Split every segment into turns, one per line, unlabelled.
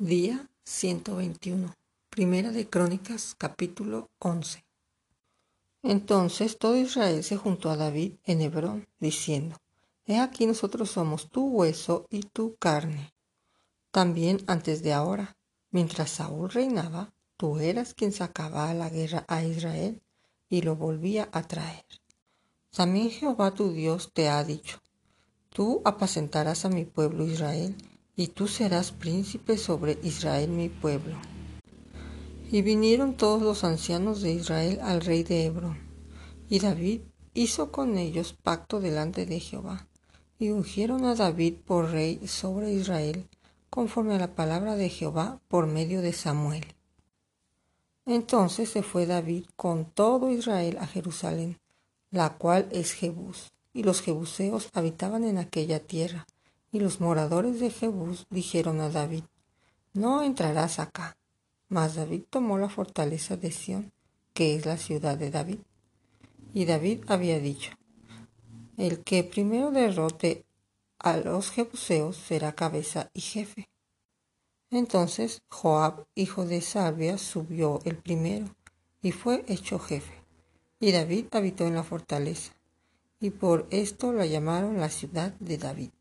Día 121. Primera de Crónicas, capítulo 11. Entonces todo Israel se juntó a David en Hebrón, diciendo: He aquí nosotros somos tu hueso y tu carne. También antes de ahora, mientras Saúl reinaba, tú eras quien sacaba a la guerra a Israel y lo volvía a traer. También Jehová tu Dios te ha dicho: Tú apacentarás a mi pueblo Israel, y tú serás príncipe sobre Israel mi pueblo. Y vinieron todos los ancianos de Israel al rey de Hebrón, y David hizo con ellos pacto delante de Jehová, y ungieron a David por rey sobre Israel, conforme a la palabra de Jehová por medio de Samuel. Entonces se fue David con todo Israel a Jerusalén, la cual es Jebús, y los jebuseos habitaban en aquella tierra, y los moradores de Jebús dijeron a David: No entrarás acá. Mas David tomó la fortaleza de Sión, que es la ciudad de David. Y David había dicho: El que primero derrote a los jebuseos será cabeza y jefe. Entonces Joab, hijo de Sarvia, subió el primero, y fue hecho jefe. Y David habitó en la fortaleza, y por esto la llamaron la ciudad de David.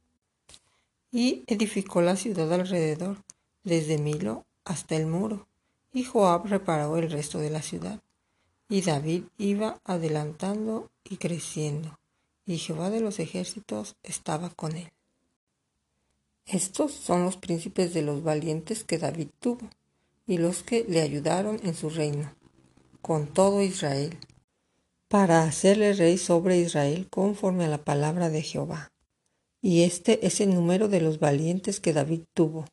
Y edificó la ciudad alrededor, desde Milo hasta el muro, y Joab reparó el resto de la ciudad. Y David iba adelantando y creciendo, y Jehová de los ejércitos estaba con él. Estos son los príncipes de los valientes que David tuvo, y los que le ayudaron en su reino, con todo Israel, para hacerle rey sobre Israel conforme a la palabra de Jehová. Y este es el número de los valientes que David tuvo: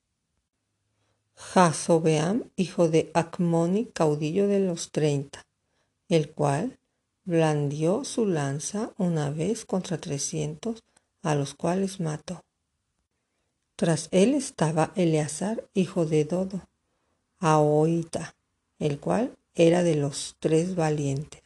Jasobeam, hijo de Acmoni, caudillo de los 30, el cual blandió su lanza una vez contra 300, a los cuales mató. Tras él estaba Eleazar, hijo de Dodo, Ahoita, el cual era de los 3 valientes.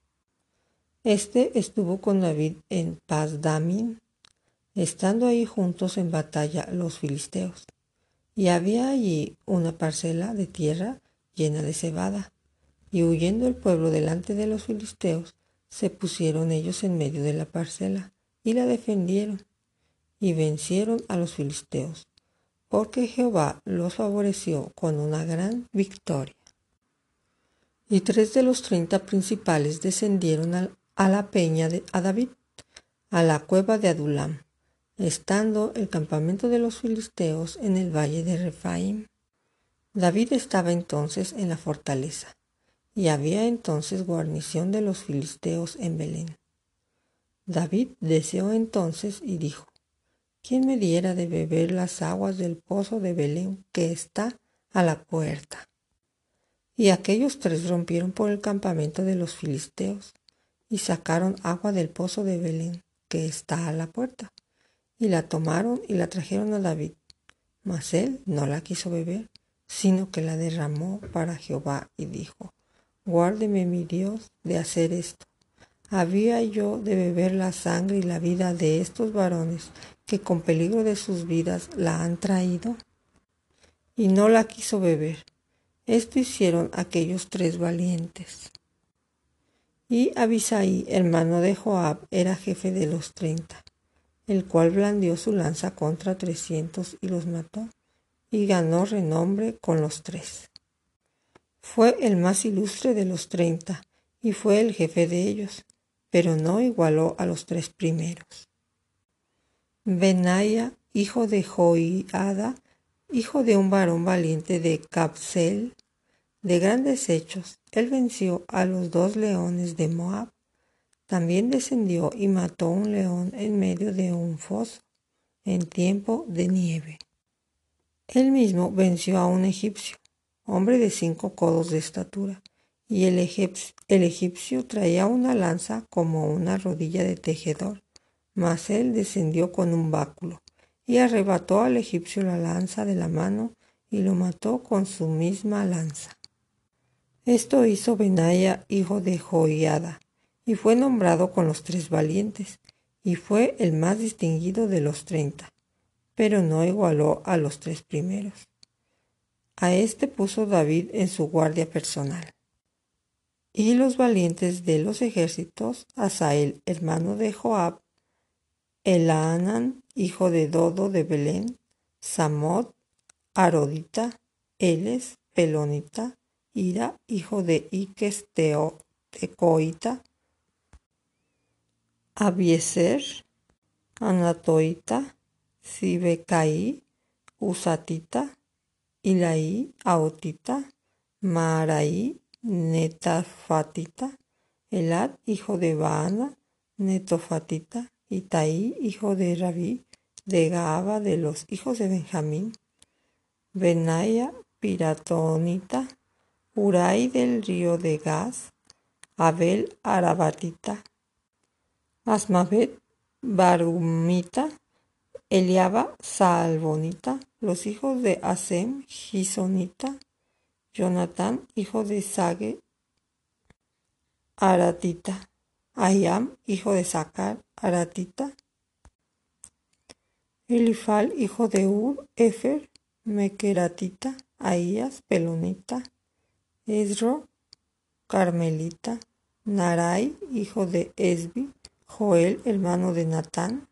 Este estuvo con David en Pasdamim, estando ahí juntos en batalla los filisteos. Y había allí una parcela de tierra llena de cebada, y huyendo el pueblo delante de los filisteos, se pusieron ellos en medio de la parcela, y la defendieron, y vencieron a los filisteos, porque Jehová los favoreció con una gran victoria. Y 3 de los 30 principales descendieron a la peña a David, a la cueva de Adulam, estando el campamento de los filisteos en el valle de Refaim. David estaba entonces en la fortaleza, y había entonces guarnición de los filisteos en Belén. David deseó entonces y dijo: ¿Quién me diera de beber las aguas del pozo de Belén que está a la puerta? Y aquellos 3 rompieron por el campamento de los filisteos, y sacaron agua del pozo de Belén que está a la puerta, y la tomaron y la trajeron a David. Mas él no la quiso beber, sino que la derramó para Jehová, y dijo: Guárdeme mi Dios de hacer esto. ¿Había yo de beber la sangre y la vida de estos varones que con peligro de sus vidas la han traído? Y no la quiso beber. Esto hicieron aquellos 3 valientes. Y Abisai, hermano de Joab, era jefe de los 30, el cual blandió su lanza contra 300 y los mató, y ganó renombre con los 3. Fue el más ilustre de los 30, y fue el jefe de ellos, pero no igualó a los 3 primeros. Benaia, hijo de Joiada, hijo de un varón valiente de Cabseel, de grandes hechos, él venció a los 2 leones de Moab. También descendió y mató un león en medio de un foso, en tiempo de nieve. Él mismo venció a un egipcio, hombre de 5 codos de estatura, y el egipcio traía una lanza como una rodilla de tejedor, mas él descendió con un báculo, y arrebató al egipcio la lanza de la mano, y lo mató con su misma lanza. Esto hizo Benaia, hijo de Joiada, y fue nombrado con los 3 valientes, y fue el más distinguido de los 30, pero no igualó a los 3 primeros. A este puso David en su guardia personal. Y los valientes de los ejércitos, Asael, hermano de Joab, Elhanan, hijo de Dodo de Belén, Samot, Arodita, Eles, Pelonita, Ira, hijo de Iques Tecoita, Abieser, Anatoita, Sibecaí, Usatita, Ilaí, Aotita, Maaraí, Netafatita, Elad, hijo de Baana, Netofatita, Itaí, hijo de Rabí, de Gaaba, de los hijos de Benjamín, Benaya, Piratonita, Urai del río de Gaz, Abel, Arabatita, Asmavet, Barumita, Eliaba, Saalbonita, los hijos de Asem, Gisonita, Jonatán, hijo de Sage, Aratita, Ahiam, hijo de Sacar, Aratita, Elifal, hijo de Ur, Efer, Mequeratita, Ahías, Pelonita, Esro, Carmelita, Narai, hijo de Esbi, Joel, hermano de Natán,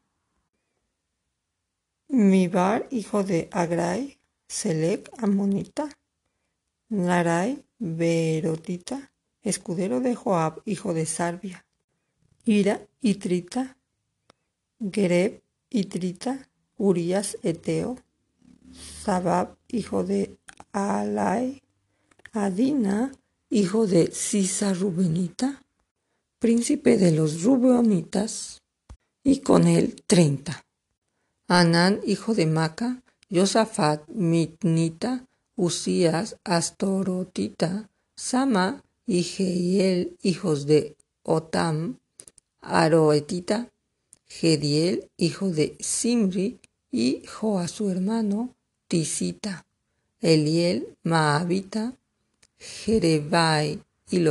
Mibar, hijo de Agrai, Selec, Amonita, Narai, Beerotita, escudero de Joab, hijo de Sarbia, Ira, Itrita, Gereb, Itrita, Urías, Eteo, Sabab, hijo de Alai, Adina, hijo de Sisa Rubenita, príncipe de los Rubeonitas, y con él 30. Anán, hijo de Maca, Josafat, Mitnita, Usías, Astorotita, Sama y Jehiel, hijos de Otam, Aroetita, Gediel, hijo de Simri, y Joa su hermano, Tisita, Eliel, Maabita, Jerebai y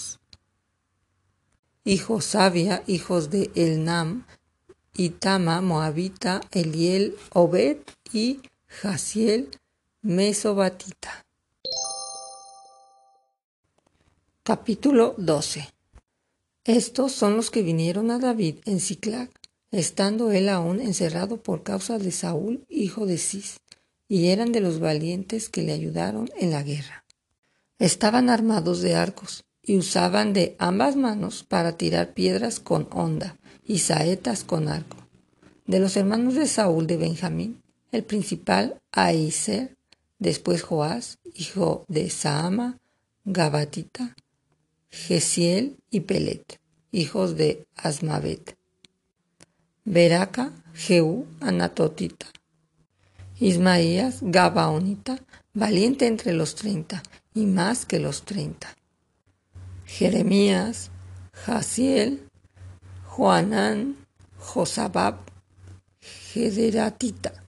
Josabia, hijos de Elnam, Itama, Moabita, Eliel, Obed y Jaziel, Mesobatita. Capítulo 12. Estos son los que vinieron a David en Siclag, estando él aún encerrado por causa de Saúl, hijo de Cis, y eran de los valientes que le ayudaron en la guerra. Estaban armados de arcos, y usaban de ambas manos para tirar piedras con honda y saetas con arco. De los hermanos de Saúl de Benjamín, el principal Ahiser, después Joás, hijo de Saama, Gabatita, Gesiel y Pelet, hijos de Asmavet, Beraca, Jehú, Anatotita, Ismaías, Gabaonita, valiente entre los 30 y más que los 30. Jeremías, Jaziel, Joanán, Josabab, Gederatita,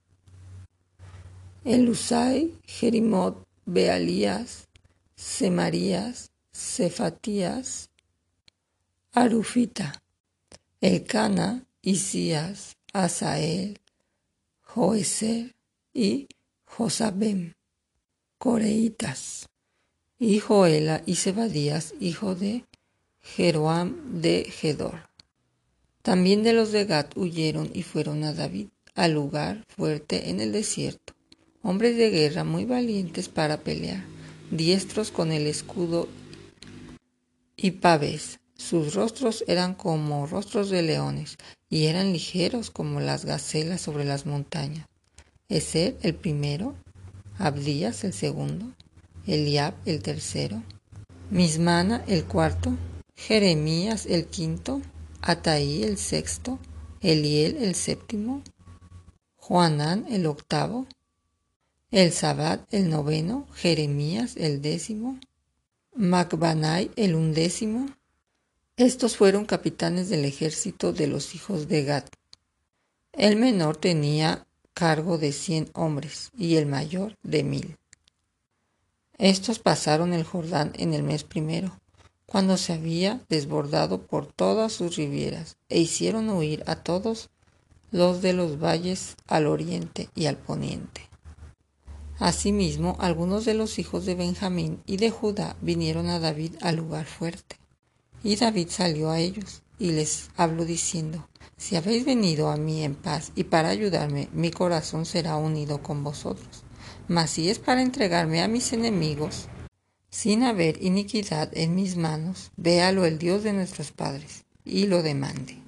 Elusai, Jerimot, Bealías, Semarías, Cefatías, Arufita, Elcana, Isías, Asael, Joeser y Josabem, Coreitas, y Joela y Zebadías, hijo de Jeroam de Gedor. También de los de Gat huyeron y fueron a David, al lugar fuerte en el desierto, hombres de guerra muy valientes para pelear, diestros con el escudo y pavés. Sus rostros eran como rostros de leones, y eran ligeros como las gacelas sobre las montañas. Ezer el primero, Abdías el segundo, Eliab el tercero, Mismana el cuarto, Jeremías el quinto, Ataí el sexto, Eliel el séptimo, Joanán el octavo, Elzabad el noveno, Jeremías el décimo, Macbanai el undécimo. Estos fueron capitanes del ejército de los hijos de Gad. El menor tenía cargo de 100 hombres y el mayor de 1000. Estos pasaron el Jordán en el mes primero, cuando se había desbordado por todas sus ribieras, e hicieron huir a todos los de los valles al oriente y al poniente. Asimismo, algunos de los hijos de Benjamín y de Judá vinieron a David al lugar fuerte. Y David salió a ellos y les habló diciendo: Si habéis venido a mí en paz y para ayudarme, mi corazón será unido con vosotros. Mas si es para entregarme a mis enemigos, sin haber iniquidad en mis manos, véalo el Dios de nuestros padres, y lo demande.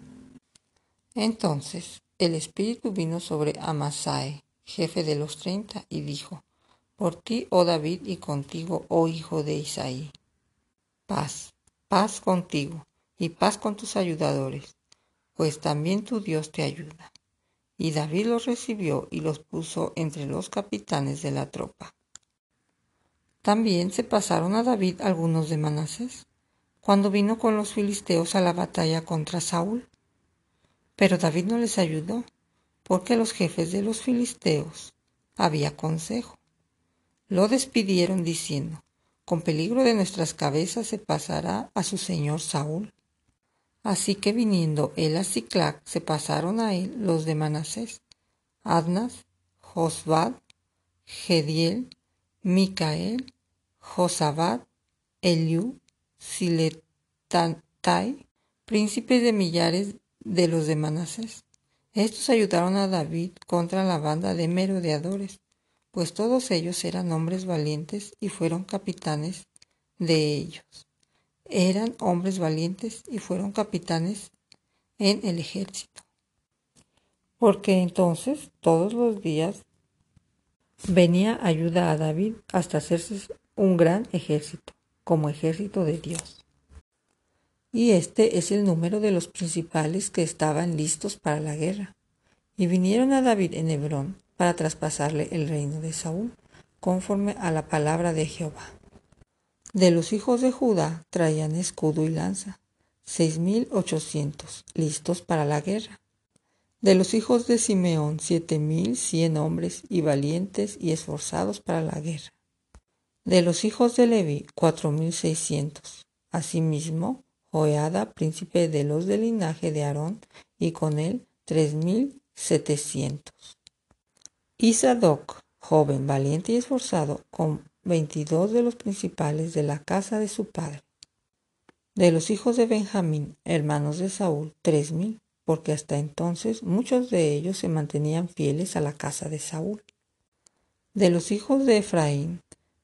Entonces el Espíritu vino sobre Amasae, jefe de los 30, y dijo: Por ti, oh David, y contigo, oh hijo de Isaí, paz, paz contigo, y paz con tus ayudadores, pues también tu Dios te ayuda. Y David los recibió y los puso entre los capitanes de la tropa. También se pasaron a David algunos de Manasés, cuando vino con los filisteos a la batalla contra Saúl. Pero David no les ayudó, porque los jefes de los filisteos había consejo. Lo despidieron diciendo: Con peligro de nuestras cabezas se pasará a su señor Saúl. Así que viniendo él a Siclac, se pasaron a él los de Manasés: Adnas, Josbad, Gediel, Micael, Josabad, Eliú, Siletai, príncipes de millares de los de Manasés. Estos ayudaron a David contra la banda de merodeadores, pues todos ellos eran hombres valientes y fueron capitanes de ellos. Eran hombres valientes y fueron capitanes en el ejército. Porque entonces todos los días venía ayuda a David hasta hacerse un gran ejército, como ejército de Dios. Y este es el número de los principales que estaban listos para la guerra. Y vinieron a David en Hebrón para traspasarle el reino de Saúl, conforme a la palabra de Jehová. De los hijos de Judá traían escudo y lanza, 6,800, listos para la guerra. De los hijos de Simeón, 7,100 hombres y valientes y esforzados para la guerra. De los hijos de Leví, 4,600. Asimismo, Joiada, príncipe de los del linaje de Aarón, y con él 3,700. Y Sadoc, joven, valiente y esforzado, con 22 de los principales de la casa de su padre. De los hijos de Benjamín, hermanos de Saúl, 3,000, porque hasta entonces muchos de ellos se mantenían fieles a la casa de Saúl. De los hijos de Efraín,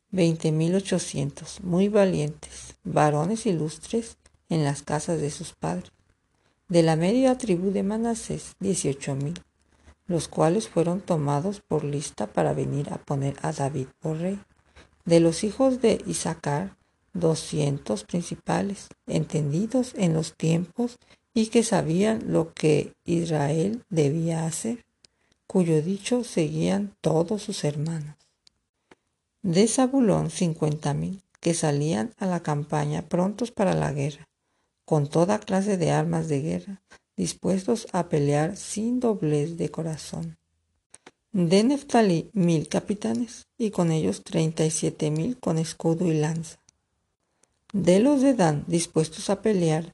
20,800, muy valientes, varones ilustres en las casas de sus padres. De la media tribu de Manasés, 18,000, los cuales fueron tomados por lista para venir a poner a David por rey. De los hijos de Isaacar, 200 principales, entendidos en los tiempos y que sabían lo que Israel debía hacer, cuyo dicho seguían todos sus hermanos. De Zabulón, 50,000, que salían a la campaña prontos para la guerra, con toda clase de armas de guerra, dispuestos a pelear sin doblez de corazón. De Neftalí, 1,000 capitanes, y con ellos 37,000 con escudo y lanza. De los de Dan, dispuestos a pelear,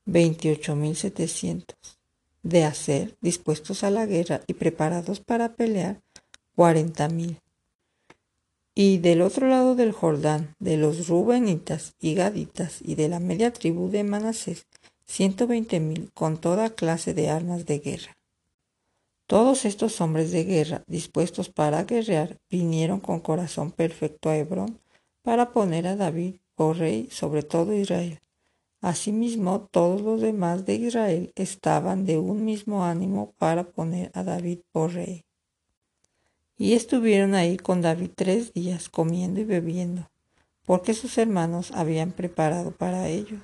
28,700. De Aser, dispuestos a la guerra y preparados para pelear, 40,000. Y del otro lado del Jordán, de los Rubenitas y Gaditas y de la media tribu de Manasés, 120,000 con toda clase de armas de guerra. Todos estos hombres de guerra, dispuestos para guerrear, vinieron con corazón perfecto a Hebrón para poner a David por rey sobre todo Israel. Asimismo, todos los demás de Israel estaban de un mismo ánimo para poner a David por rey. Y estuvieron ahí con David 3 días, comiendo y bebiendo, porque sus hermanos habían preparado para ellos.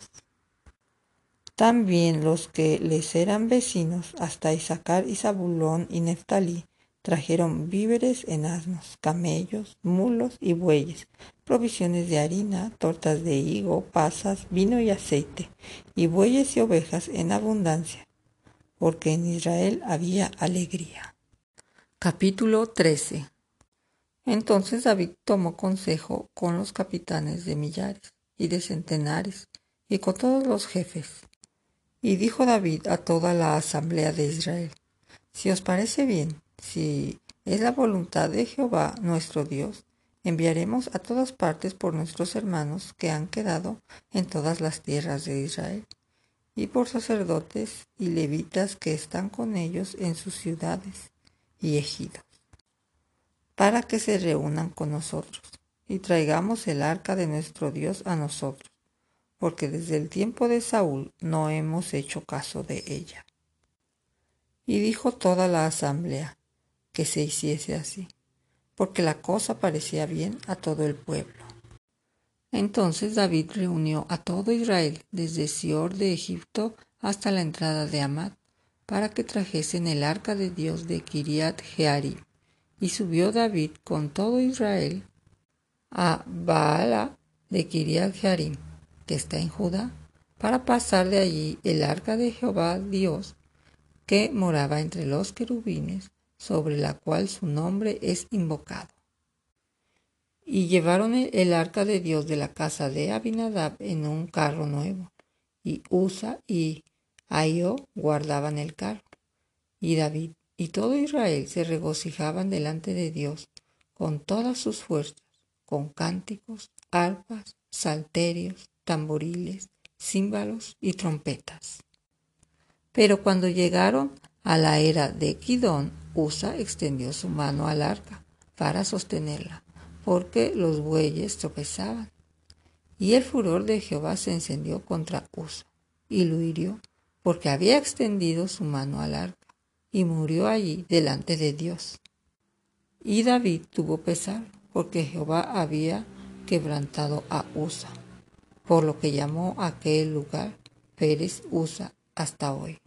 También los que les eran vecinos, hasta Isaacar y Zabulón y Neftalí, trajeron víveres en asnos, camellos, mulos y bueyes, provisiones de harina, tortas de higo, pasas, vino y aceite, y bueyes y ovejas en abundancia, porque en Israel había alegría. Capítulo 13. Entonces David tomó consejo con los capitanes de millares y de centenares y con todos los jefes. Y dijo David a toda la asamblea de Israel: Si os parece bien, si es la voluntad de Jehová nuestro Dios, enviaremos a todas partes por nuestros hermanos que han quedado en todas las tierras de Israel, y por sacerdotes y levitas que están con ellos en sus ciudades y ejidos, para que se reúnan con nosotros, y traigamos el arca de nuestro Dios a nosotros, porque desde el tiempo de Saúl no hemos hecho caso de ella. Y dijo toda la asamblea que se hiciese así, porque la cosa parecía bien a todo el pueblo. Entonces David reunió a todo Israel, desde Sior de Egipto hasta la entrada de Hamat, para que trajesen el arca de Dios de Kiriat Jearim. Y subió David con todo Israel a Baala de Kiriat Jearim, que está en Judá, para pasar de allí el arca de Jehová Dios, que moraba entre los querubines, sobre la cual su nombre es invocado. Y llevaron el arca de Dios de la casa de Abinadab en un carro nuevo, y Usa y Ahio guardaban el carro. Y David y todo Israel se regocijaban delante de Dios con todas sus fuerzas, con cánticos, arpas, salterios, tamboriles, címbalos y trompetas. Pero cuando llegaron a la era de Kidón, Usa extendió su mano al arca para sostenerla, porque los bueyes tropezaban. Y el furor de Jehová se encendió contra Usa, y lo hirió, porque había extendido su mano al arca, y murió allí delante de Dios. Y David tuvo pesar, porque Jehová había quebrantado a Usa, por lo que llamó a aquel lugar Pérez Usa hasta hoy.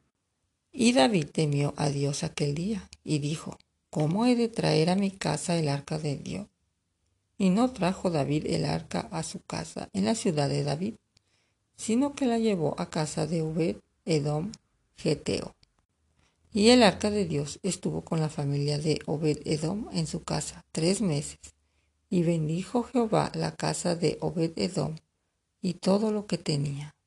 Y David temió a Dios aquel día, y dijo: ¿Cómo he de traer a mi casa el arca de Dios? Y no trajo David el arca a su casa en la ciudad de David, sino que la llevó a casa de Obed Edom Geteo. Y el arca de Dios estuvo con la familia de Obed Edom en su casa 3 meses. Y bendijo Jehová la casa de Obed Edom y todo lo que tenía.